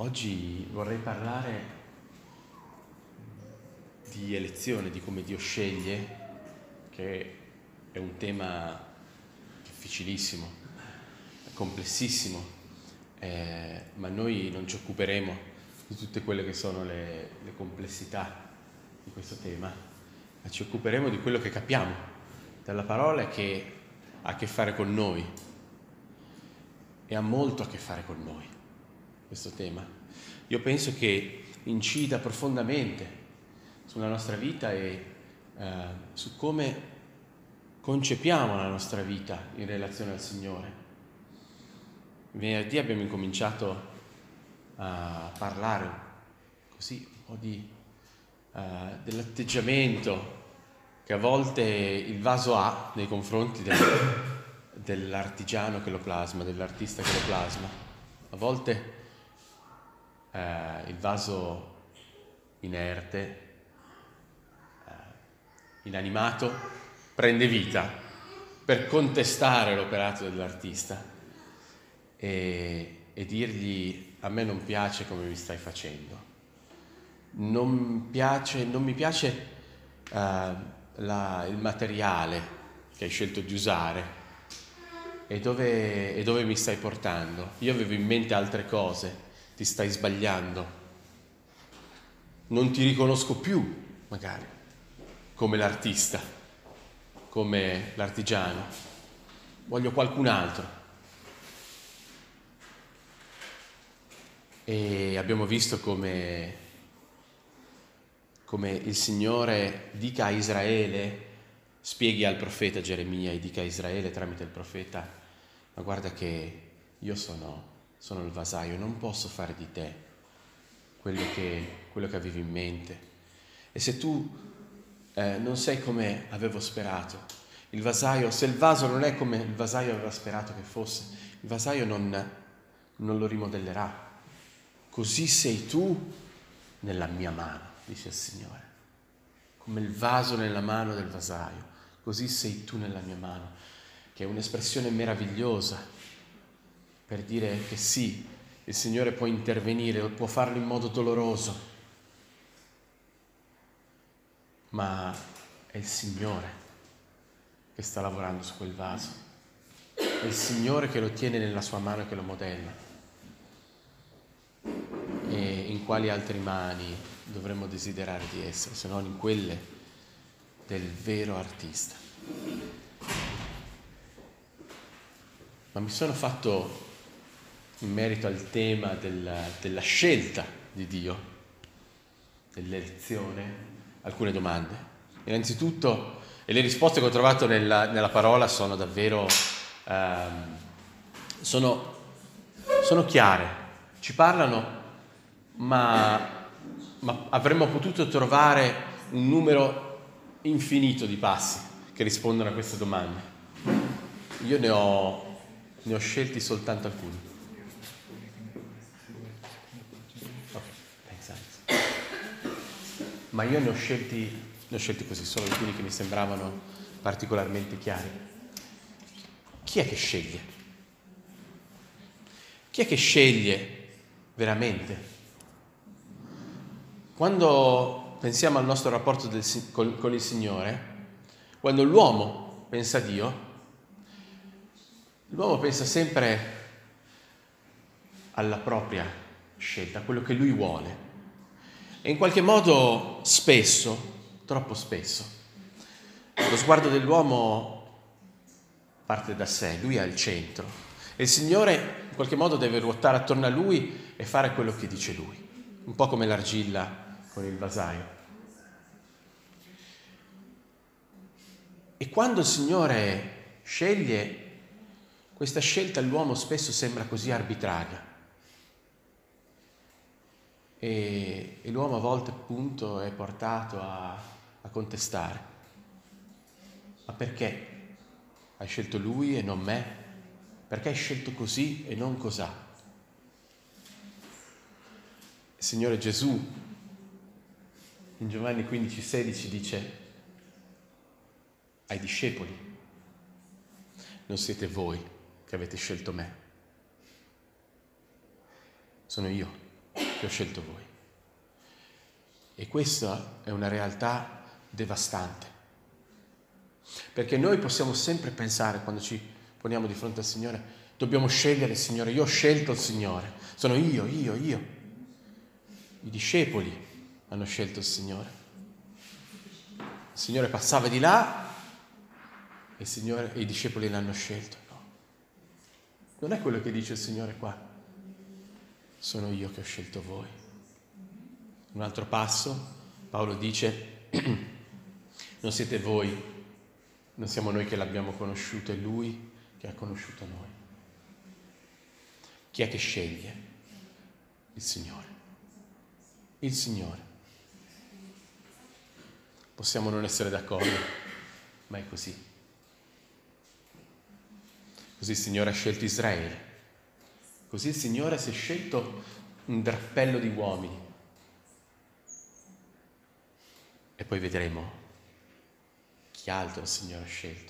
Oggi vorrei parlare di elezione, di come Dio sceglie, che è un tema difficilissimo, complessissimo, ma noi non ci occuperemo di tutte quelle che sono le complessità di questo tema, ma ci occuperemo di quello che capiamo dalla parola, che ha a che fare con noi e ha molto a che fare con noi. Questo tema, io penso che incida profondamente sulla nostra vita e su come concepiamo la nostra vita in relazione al Signore. Venerdì abbiamo incominciato a parlare così un po' dell'atteggiamento che a volte il vaso ha nei confronti dell'artigiano che lo plasma, dell'artista che lo plasma. A volte il vaso inerte, inanimato, prende vita per contestare l'operato dell'artista e dirgli: a me non piace come mi stai facendo, non mi piace il materiale che hai scelto di usare e dove mi stai portando. Io avevo in mente altre cose, ti stai sbagliando, non ti riconosco più magari come l'artista, come l'artigiano, voglio qualcun altro. E abbiamo visto come il Signore dica a Israele, spieghi al profeta Geremia e dica a Israele tramite il profeta: ma guarda che io sono il vasaio, non posso fare di te quello che avevi in mente. E se tu non sei come avevo sperato, il vasaio, se il vaso non è come il vasaio aveva sperato che fosse, il vasaio non lo rimodellerà. Così sei tu nella mia mano, dice il Signore, come il vaso nella mano del vasaio, così sei tu nella mia mano, che è un'espressione meravigliosa per dire che sì, il Signore può intervenire, può farlo in modo doloroso, ma è il Signore che sta lavorando su quel vaso, è il Signore che lo tiene nella sua mano e che lo modella. E in quali altre mani dovremmo desiderare di essere, se non in quelle del vero artista? Ma mi sono fatto, in merito al tema della scelta di Dio, dell'elezione, alcune domande. Innanzitutto, e le risposte che ho trovato nella parola sono davvero sono chiare, ci parlano, ma avremmo potuto trovare un numero infinito di passi che rispondono a queste domande. Io ne ho scelti soltanto alcuni. Ma io ne ho scelti così, solo alcuni che mi sembravano particolarmente chiari. Chi è che sceglie? Chi è che sceglie veramente? Quando pensiamo al nostro rapporto con il Signore, quando l'uomo pensa a Dio, l'uomo pensa sempre alla propria scelta, a quello che lui vuole. E in qualche modo spesso, troppo spesso, lo sguardo dell'uomo parte da sé, lui è al centro. E il Signore in qualche modo deve ruotare attorno a lui e fare quello che dice lui, un po' come l'argilla con il vasaio. E quando il Signore sceglie, questa scelta all'uomo spesso sembra così arbitraria. E l'uomo a volte appunto è portato a contestare. Ma perché hai scelto lui e non me? Perché hai scelto così e non cos'ha? Il Signore Gesù in Giovanni 15,16 dice ai discepoli: non siete voi che avete scelto me, sono io che ho scelto voi. E questa è una realtà devastante, perché noi possiamo sempre pensare, quando ci poniamo di fronte al Signore, dobbiamo scegliere il Signore. Io ho scelto il Signore, sono io. I discepoli hanno scelto il Signore. Il Signore passava di là e i discepoli l'hanno scelto. No, non è quello che dice il Signore qua. Sono io che ho scelto voi. Un altro passo, Paolo dice, non siete voi, non siamo noi che l'abbiamo conosciuto, è Lui che ha conosciuto noi. Chi è che sceglie? Il Signore. Il Signore. Possiamo non essere d'accordo, ma è così. Così il Signore ha scelto Israele. Così il Signore si è scelto un drappello di uomini. E poi vedremo chi altro il Signore ha scelto.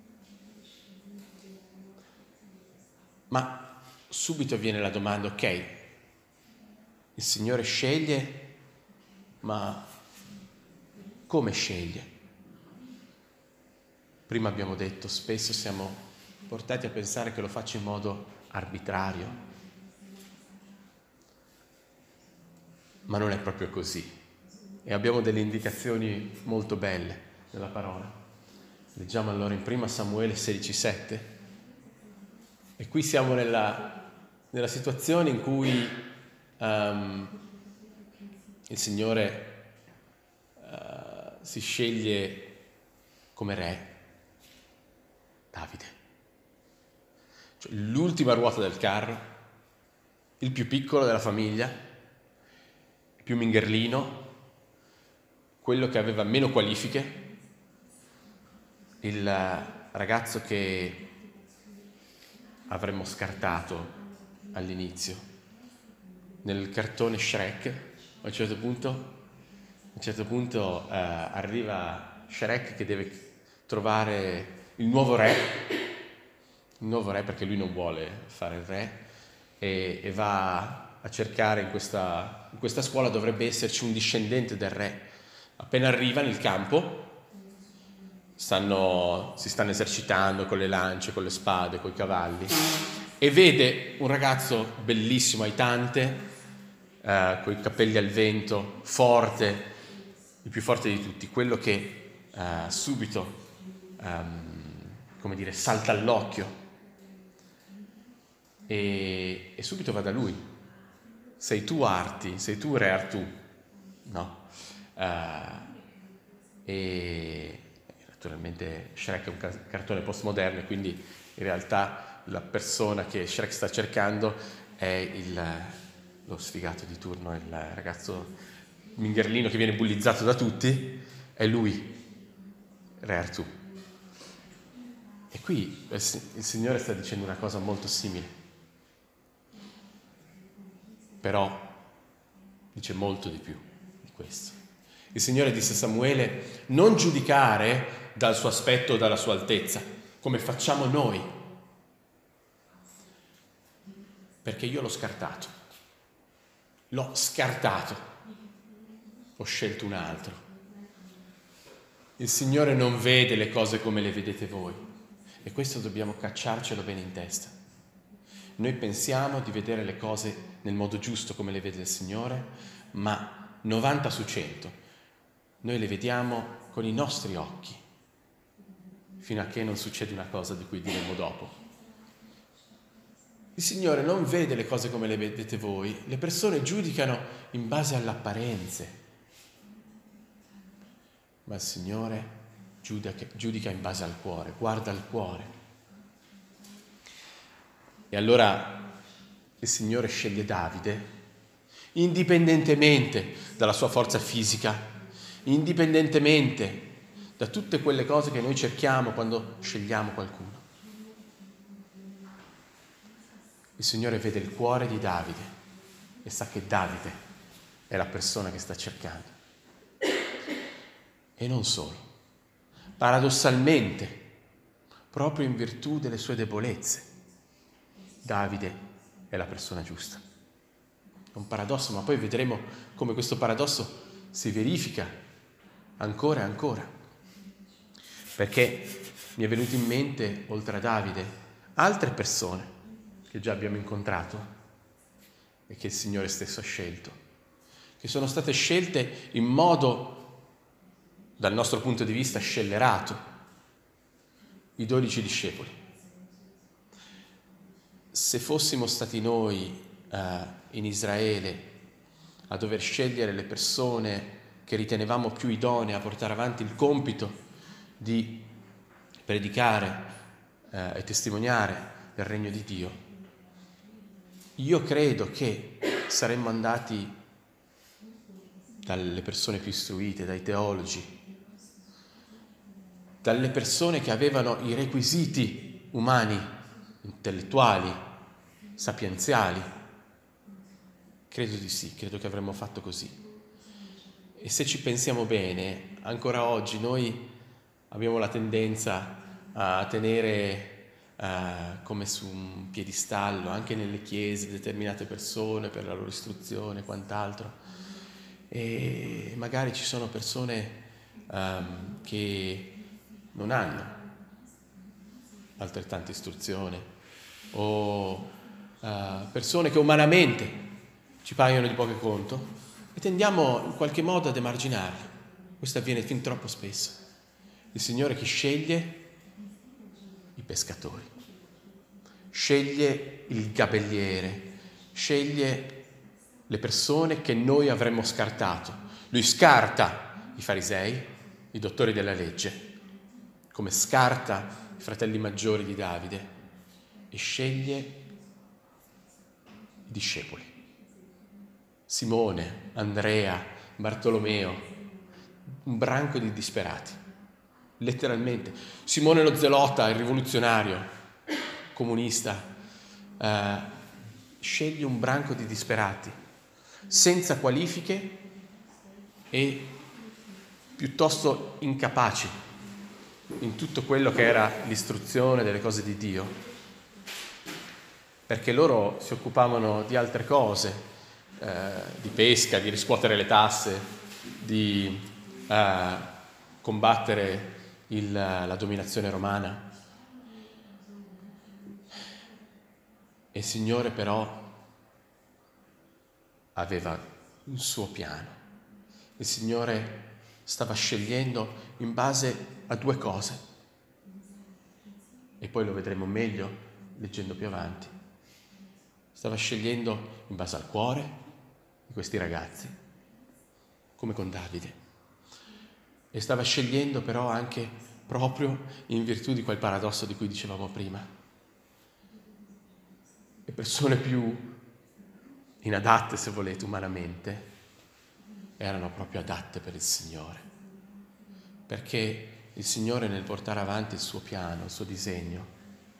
Ma subito viene la domanda, ok, il Signore sceglie, ma come sceglie? Prima abbiamo detto, spesso siamo portati a pensare che lo faccia in modo arbitrario, ma non è proprio così. E abbiamo delle indicazioni molto belle nella parola. Leggiamo allora in 1 Samuele 16,7. E qui siamo nella situazione in cui il Signore si sceglie come re Davide. Cioè, l'ultima ruota del carro, il più piccolo della famiglia, il più mingherlino, quello che aveva meno qualifiche, il ragazzo che avremmo scartato all'inizio nel cartone Shrek. A un certo punto arriva Shrek che deve trovare il nuovo re perché lui non vuole fare il re, e va a cercare in questa scuola dovrebbe esserci un discendente del re. Appena arriva nel campo si stanno esercitando con le lance, con le spade, con i cavalli, e vede un ragazzo bellissimo, aitante, con i capelli al vento, forte, il più forte di tutti, quello che subito salta all'occhio e subito va da lui. Sei tu Arti, sei tu re Artù? No. E naturalmente Shrek è un cartone postmoderno, quindi in realtà la persona che Shrek sta cercando è lo sfigato di turno, il ragazzo mingherlino che viene bullizzato da tutti, è lui, re Artù. E qui il Signore sta dicendo una cosa molto simile, però dice molto di più di questo. Il Signore disse a Samuele: non giudicare dal suo aspetto o dalla sua altezza, come facciamo noi, perché io l'ho scartato, ho scelto un altro. Il Signore non vede le cose come le vedete voi, e questo dobbiamo cacciarcelo bene in testa. Noi pensiamo di vedere le cose nel modo giusto come le vede il Signore, ma 90 su 100 noi le vediamo con i nostri occhi, fino a che non succede una cosa di cui diremo dopo. Il Signore non vede le cose come le vedete voi, le persone giudicano in base alle apparenze, ma il Signore giudica in base al cuore, guarda al cuore. E allora il Signore sceglie Davide indipendentemente dalla sua forza fisica, indipendentemente da tutte quelle cose che noi cerchiamo quando scegliamo qualcuno. Il Signore vede il cuore di Davide e sa che Davide è la persona che sta cercando. E non solo. Paradossalmente, proprio in virtù delle sue debolezze, Davide è la persona giusta. È un paradosso, ma poi vedremo come questo paradosso si verifica ancora e ancora. Perché mi è venuto in mente, oltre a Davide, altre persone che già abbiamo incontrato e che il Signore stesso ha scelto, che sono state scelte in modo, dal nostro punto di vista, scellerato. I 12 discepoli. Se fossimo stati noi in Israele a dover scegliere le persone che ritenevamo più idonee a portare avanti il compito di predicare e testimoniare del regno di Dio, io credo che saremmo andati dalle persone più istruite, dai teologi, dalle persone che avevano i requisiti umani, intellettuali, sapienziali. Credo di sì, credo che avremmo fatto così. E se ci pensiamo bene, ancora oggi noi abbiamo la tendenza a tenere come su un piedistallo, anche nelle chiese, determinate persone per la loro istruzione e quant'altro. E magari ci sono persone che non hanno altrettanta istruzione o persone che umanamente ci paiono di poco conto e tendiamo in qualche modo ad emarginarli. Questo avviene fin troppo spesso. Il Signore che sceglie i pescatori, sceglie il gabelliere, sceglie le persone che noi avremmo scartato. Lui scarta i farisei, i dottori della legge, come scarta i fratelli maggiori di Davide, e sceglie i discepoli. Simone, Andrea, Bartolomeo, un branco di disperati, letteralmente. Simone lo zelota, il rivoluzionario, comunista, sceglie un branco di disperati, senza qualifiche e piuttosto incapaci in tutto quello che era l'istruzione delle cose di Dio, perché loro si occupavano di altre cose, di pesca, di riscuotere le tasse, di combattere la dominazione romana. E il Signore però aveva un suo piano. Il Signore stava scegliendo in base a due cose, e poi lo vedremo meglio leggendo più avanti. Stava scegliendo in base al cuore di questi ragazzi, come con Davide, e stava scegliendo però anche proprio in virtù di quel paradosso di cui dicevamo prima. Le persone più inadatte, se volete, umanamente, erano proprio adatte per il Signore, perché il Signore, nel portare avanti il suo piano, il suo disegno,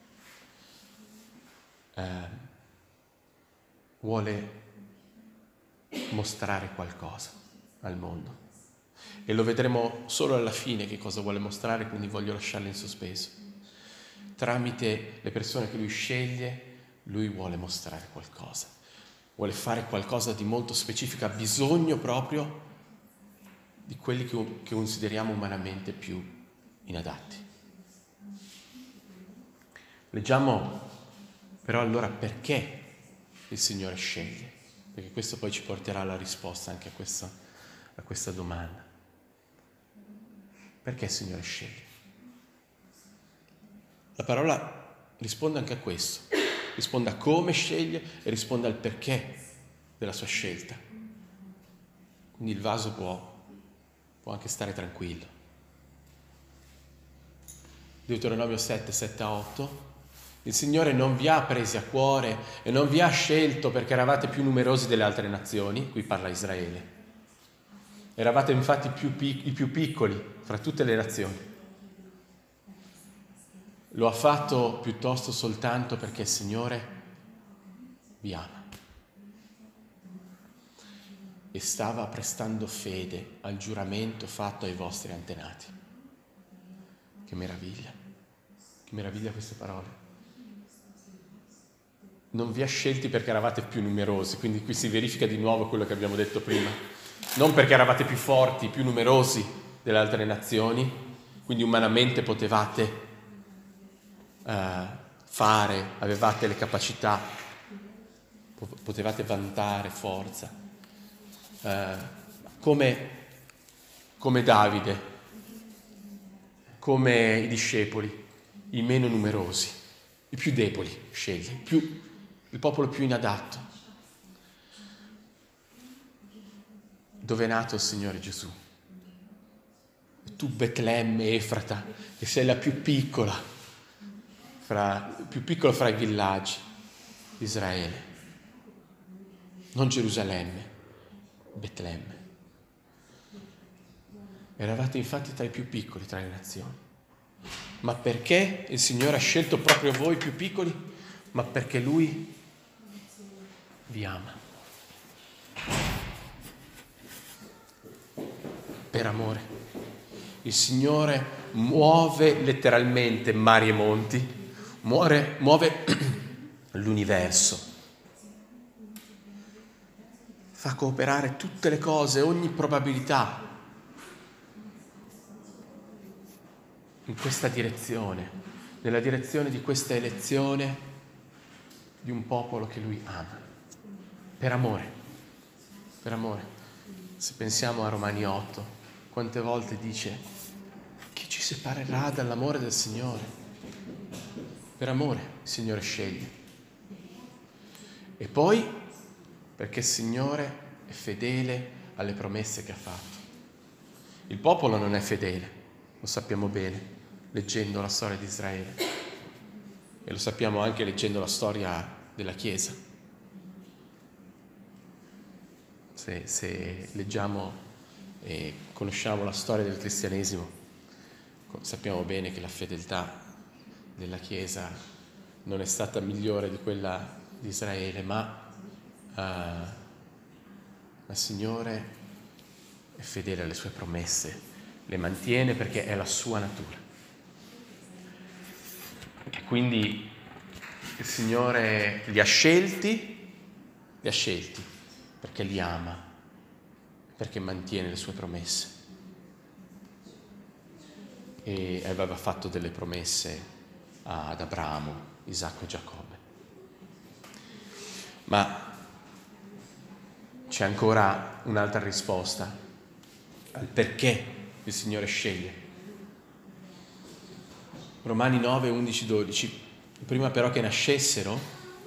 vuole mostrare qualcosa al mondo, e lo vedremo solo alla fine che cosa vuole mostrare, quindi voglio lasciarlo in sospeso. Tramite le persone che lui sceglie, lui vuole mostrare qualcosa, vuole fare qualcosa di molto specifico, ha bisogno proprio di quelli che consideriamo umanamente più inadatti. Leggiamo però allora perché il Signore sceglie, perché questo poi ci porterà alla risposta anche a questa domanda. Perché il Signore sceglie? La parola risponde anche a questo, risponde a come sceglie e risponde al perché della sua scelta. Quindi il vaso può anche stare tranquillo. Deuteronomio 7:7-8: il Signore non vi ha presi a cuore e non vi ha scelto perché eravate più numerosi delle altre nazioni, qui parla Israele. Eravate infatti i più piccoli fra tutte le nazioni. Lo ha fatto piuttosto soltanto perché il Signore vi ama e stava prestando fede al giuramento fatto ai vostri antenati. Che meraviglia queste parole. non vi ha scelti perché eravate più numerosi, quindi qui si verifica di nuovo quello che abbiamo detto prima, non perché eravate più forti, più numerosi delle altre nazioni, quindi umanamente potevate fare, avevate le capacità, potevate vantare forza, come Davide, come i discepoli, i meno numerosi, i più deboli sceglie, il popolo più inadatto. Dove è nato il Signore Gesù? Tu Betlemme, Efrata, che sei la più piccola fra i villaggi di Israele. Non Gerusalemme, Betlemme. Eravate infatti tra i più piccoli tra le nazioni. Ma perché il Signore ha scelto proprio voi più piccoli? Ma perché Lui vi ama. Per amore. Il Signore muove letteralmente mari e monti, muove l'universo, fa cooperare tutte le cose, ogni probabilità in questa direzione, nella direzione di questa elezione di un popolo che Lui ama, per amore, per amore. Se pensiamo a Romani 8, quante volte dice: chi ci separerà dall'amore del Signore? Per amore il Signore sceglie. E poi perché il Signore è fedele alle promesse che ha fatto. Il popolo non è fedele, lo sappiamo bene, leggendo la storia di Israele. E lo sappiamo anche leggendo la storia della Chiesa. Se leggiamo e conosciamo la storia del cristianesimo, sappiamo bene che la fedeltà della Chiesa non è stata migliore di quella di Israele, ma il Signore è fedele alle sue promesse, le mantiene perché è la sua natura. E quindi il Signore li ha scelti perché li ama, perché mantiene le sue promesse. E aveva fatto delle promesse ad Abramo, Isacco e Giacobbe. Ma c'è ancora un'altra risposta al perché il Signore sceglie. Romani 9, 11, 12. Prima però che nascessero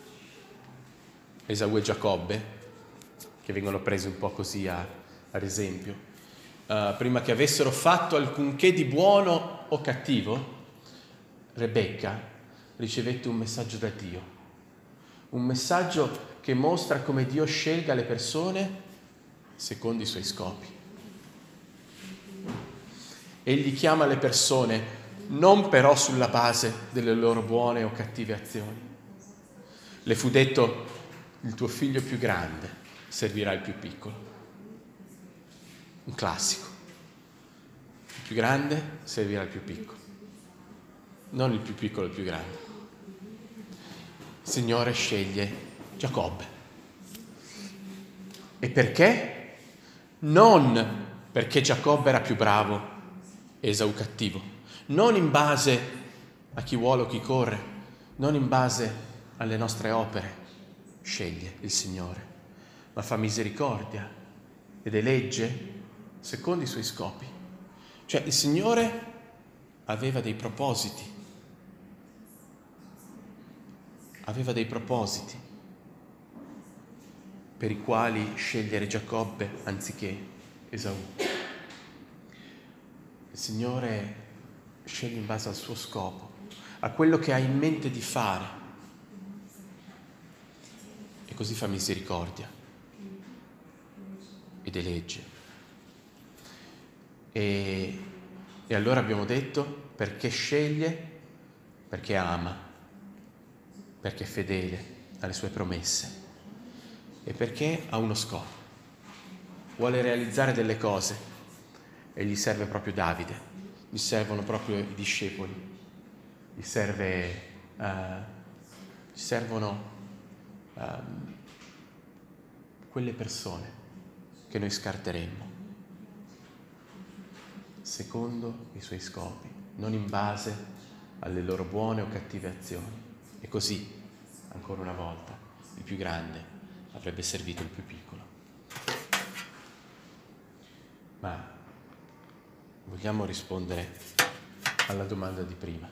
Esau e Giacobbe, che vengono presi un po' così ad esempio, prima che avessero fatto alcunché di buono o cattivo, Rebecca ricevette un messaggio da Dio, un messaggio che mostra come Dio scelga le persone secondo i suoi scopi. Egli chiama le persone non però sulla base delle loro buone o cattive azioni. Le fu detto: il tuo figlio più grande servirà il più piccolo. Un classico. Il più grande servirà il più piccolo. Non il più piccolo il più grande. Il Signore sceglie Giacobbe. E perché? Non perché Giacobbe era più bravo e Esau cattivo, non in base a chi vuole o chi corre, non in base alle nostre opere sceglie il Signore, ma fa misericordia ed elegge secondo i suoi scopi. Cioè il Signore aveva dei propositi per i quali scegliere Giacobbe anziché Esau. Il Signore sceglie in base al suo scopo, a quello che ha in mente di fare, e così fa misericordia ed elegge. E allora abbiamo detto: perché sceglie? Perché ama, perché è fedele alle sue promesse e perché ha uno scopo. Vuole realizzare delle cose e gli serve proprio Davide, gli servono proprio i discepoli, gli servono quelle persone che noi scarteremmo secondo i suoi scopi, non in base alle loro buone o cattive azioni. E così, ancora una volta, il più grande avrebbe servito il più piccolo. Ma vogliamo rispondere alla domanda di prima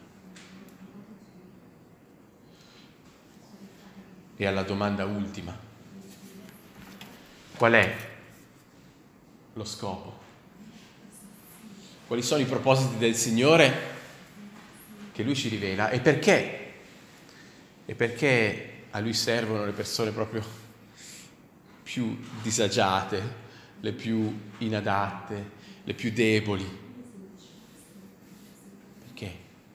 e alla domanda ultima. Qual è lo scopo? Quali sono i propositi del Signore che Lui ci rivela e perché? E perché a Lui servono le persone proprio più disagiate, le più inadatte, le più deboli? Perché?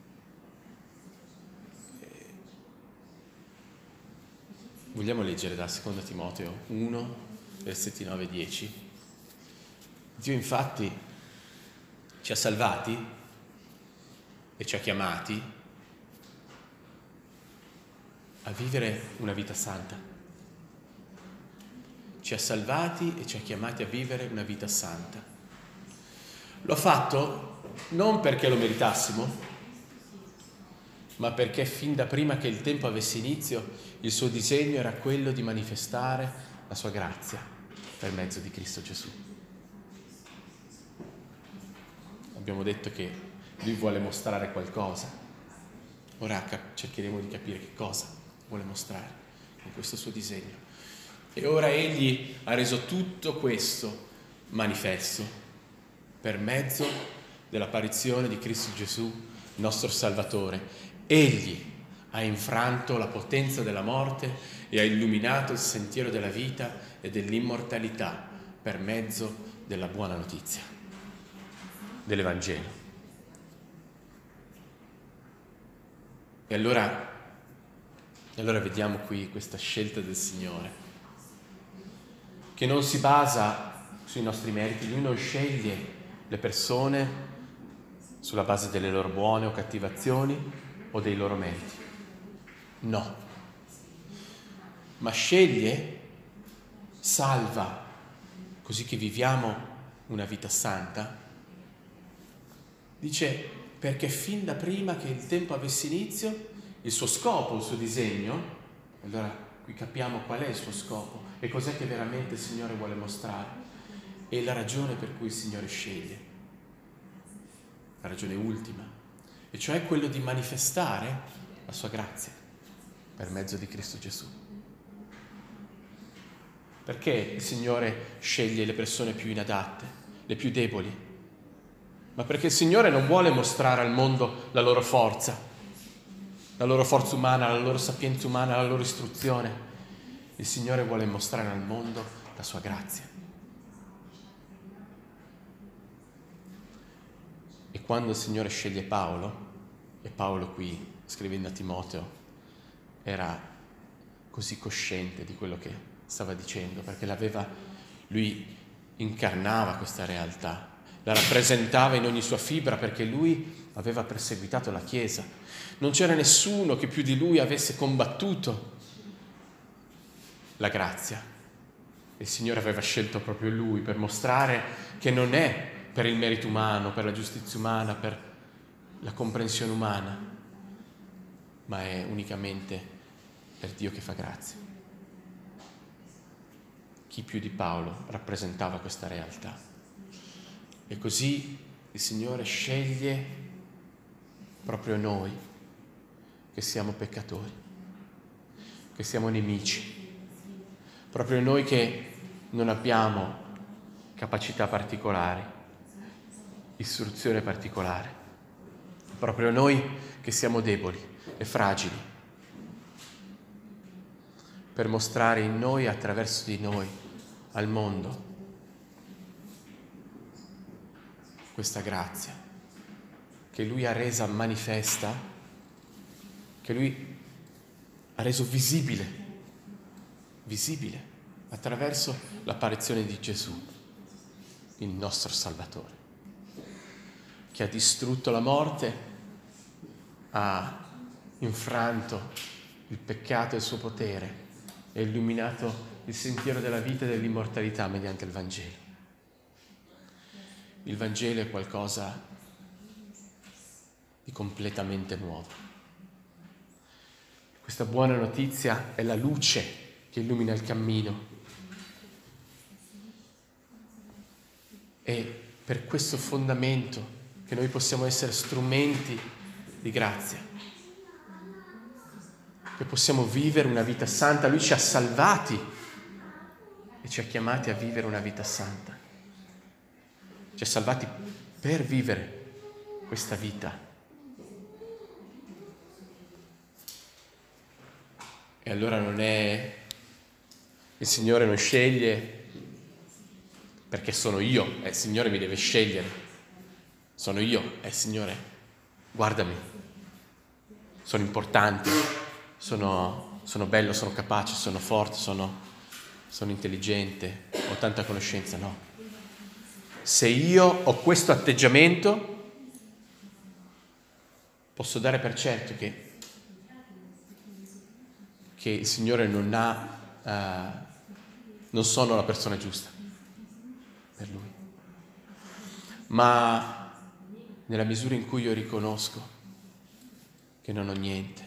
Vogliamo leggere da 2 Timoteo 1, versetti 9 e 10. Dio infatti ci ha salvati e ci ha chiamati a vivere una vita santa. Ci ha salvati e ci ha chiamati a vivere una vita santa. Lo ha fatto non perché lo meritassimo, ma perché fin da prima che il tempo avesse inizio, il suo disegno era quello di manifestare la sua grazia per mezzo di Cristo Gesù. Abbiamo detto che Lui vuole mostrare qualcosa. Ora cercheremo di capire che cosa vuole mostrare in questo suo disegno. E ora Egli ha reso tutto questo manifesto per mezzo dell'apparizione di Cristo Gesù, nostro Salvatore. Egli ha infranto la potenza della morte e ha illuminato il sentiero della vita e dell'immortalità per mezzo della buona notizia dell'Evangelo. E allora vediamo qui questa scelta del Signore, che non si basa sui nostri meriti. Lui non sceglie le persone sulla base delle loro buone o cattive azioni o dei loro meriti. No. Ma sceglie, salva, così che viviamo una vita santa. Dice, perché fin da prima che il tempo avesse inizio, il suo scopo, il suo disegno, allora qui capiamo qual è il suo scopo e cos'è che veramente il Signore vuole mostrare e la ragione per cui il Signore sceglie, la ragione ultima, e cioè quello di manifestare la sua grazia per mezzo di Cristo Gesù. Perché il Signore sceglie le persone più inadatte, le più deboli? Ma perché il Signore non vuole mostrare al mondo la loro forza umana, la loro sapienza umana, la loro istruzione. Il Signore vuole mostrare al mondo la sua grazia. E quando il Signore sceglie Paolo, e Paolo qui, scrivendo a Timoteo, era così cosciente di quello che stava dicendo, perché lui incarnava questa realtà, la rappresentava in ogni sua fibra, perché lui aveva perseguitato la Chiesa. Non c'era nessuno che più di lui avesse combattuto la grazia. Il Signore aveva scelto proprio lui per mostrare che non è per il merito umano, per la giustizia umana, per la comprensione umana, ma è unicamente per Dio che fa grazia. Chi più di Paolo rappresentava questa realtà? E così il Signore sceglie proprio noi, che siamo peccatori, che siamo nemici, proprio noi che non abbiamo capacità particolari, istruzione particolare, proprio noi che siamo deboli e fragili, per mostrare in noi, attraverso di noi, al mondo questa grazia che Lui ha resa manifesta, che Lui ha reso visibile attraverso l'apparizione di Gesù, il nostro Salvatore, che ha distrutto la morte, ha infranto il peccato e il suo potere e illuminato il sentiero della vita e dell'immortalità mediante il Vangelo. Il Vangelo è qualcosa di completamente nuovo. Questa buona notizia è la luce che illumina il cammino. E per questo fondamento che noi possiamo essere strumenti di grazia, che possiamo vivere una vita santa. Lui ci ha salvati e ci ha chiamati a vivere una vita santa. Ci ha salvati per vivere questa vita. E allora il Signore non sceglie perché sono io, il Signore mi deve scegliere. Sono io, Signore, guardami, sono importante, sono bello, sono capace, sono forte, sono intelligente, ho tanta conoscenza. No. Se io ho questo atteggiamento, posso dare per certo che il Signore non sono la persona giusta per Lui. Ma nella misura in cui io riconosco che non ho niente,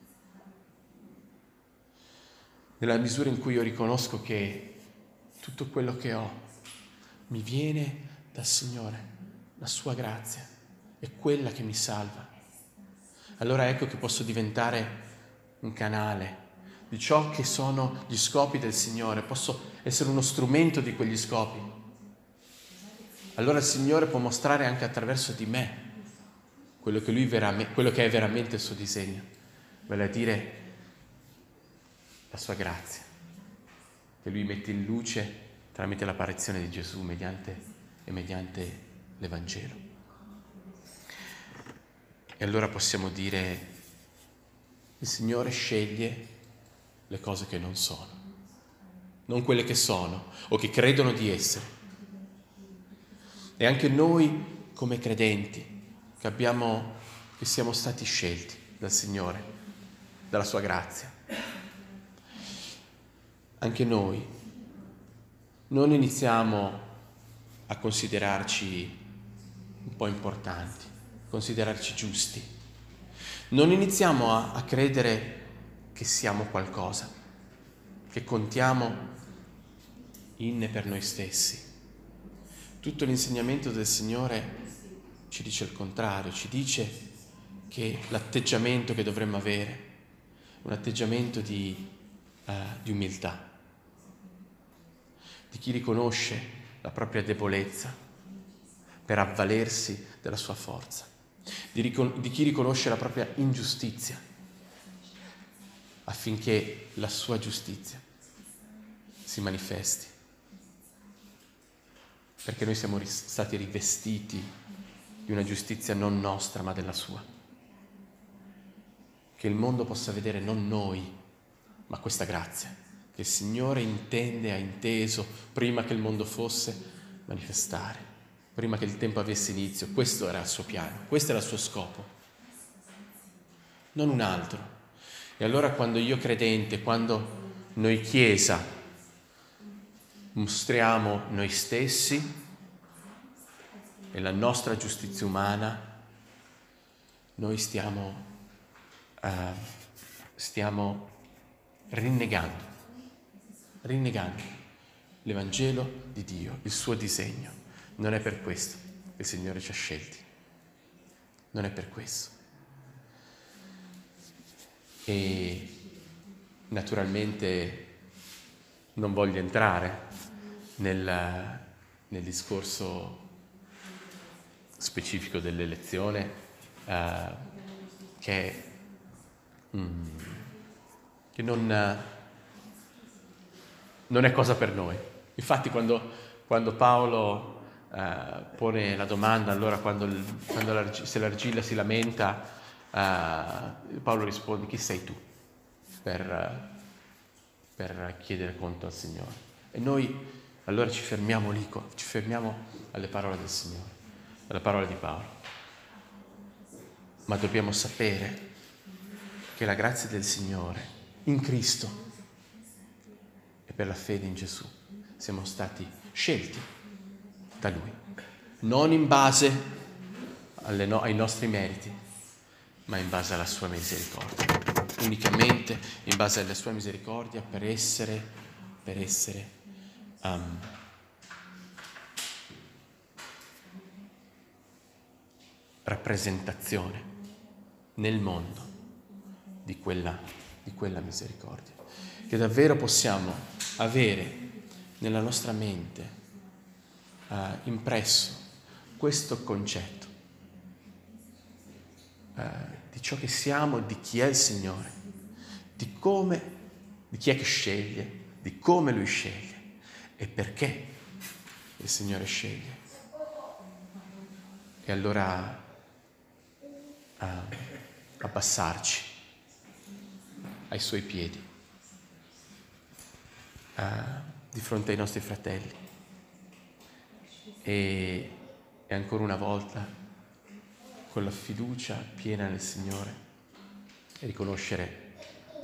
nella misura in cui io riconosco che tutto quello che ho mi viene dal Signore, la sua grazia è quella che mi salva, allora ecco che posso diventare un canale di ciò che sono gli scopi del Signore, posso essere uno strumento di quegli scopi. Allora il Signore può mostrare anche attraverso di me quello che è veramente il suo disegno, vale a dire la sua grazia, che Lui mette in luce tramite l'apparizione di Gesù mediante l'Evangelo. E allora possiamo dire: il Signore sceglie le cose che non sono, non quelle che sono o che credono di essere. E anche noi come credenti che siamo stati scelti dal Signore, dalla sua grazia, anche noi non iniziamo a considerarci un po' importanti, considerarci giusti. Non iniziamo a credere che siamo qualcosa, che contiamo per noi stessi. Tutto l'insegnamento del Signore ci dice il contrario, ci dice che l'atteggiamento che dovremmo avere è un atteggiamento di umiltà, di chi riconosce la propria debolezza per avvalersi della sua forza, di chi riconosce la propria ingiustizia affinché la sua giustizia si manifesti. Perché noi siamo stati rivestiti di una giustizia non nostra ma della sua. Che il mondo possa vedere non noi, ma questa grazia che il Signore ha inteso prima che il mondo fosse manifestare, prima che il tempo avesse inizio. Questo era il suo piano, questo era il suo scopo, non un altro. E allora quando io credente, quando noi Chiesa mostriamo noi stessi e la nostra giustizia umana, noi stiamo rinnegando l'Evangelo di Dio, il suo disegno. Non è per questo che il Signore ci ha scelti, non è per questo. E naturalmente non voglio entrare nel discorso specifico dell'elezione che non è cosa per noi. Infatti quando Paolo pone la domanda, allora se l'argilla si lamenta, Paolo risponde: chi sei tu per chiedere conto al Signore? E noi allora ci fermiamo lì, ci fermiamo alle parole del Signore, alla parola di Paolo. Ma dobbiamo sapere che la grazia del Signore in Cristo e per la fede in Gesù siamo stati scelti da Lui, non in base ai nostri meriti, ma in base alla sua misericordia, unicamente in base alla sua misericordia per essere rappresentazione nel mondo di quella misericordia, che davvero possiamo avere nella nostra mente impresso questo concetto di ciò che siamo, di chi è il Signore, di chi è che sceglie, di come Lui sceglie e perché il Signore sceglie. E allora abbassarci ai Suoi piedi di fronte ai nostri fratelli e ancora una volta con la fiducia piena nel Signore e riconoscere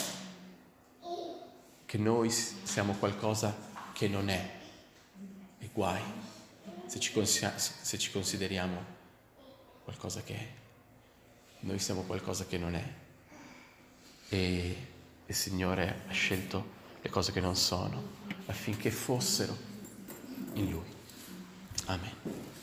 che noi siamo qualcosa che non è, e guai se ci consideriamo qualcosa che è. Noi siamo qualcosa che non è e il Signore ha scelto le cose che non sono affinché fossero in Lui. Amen.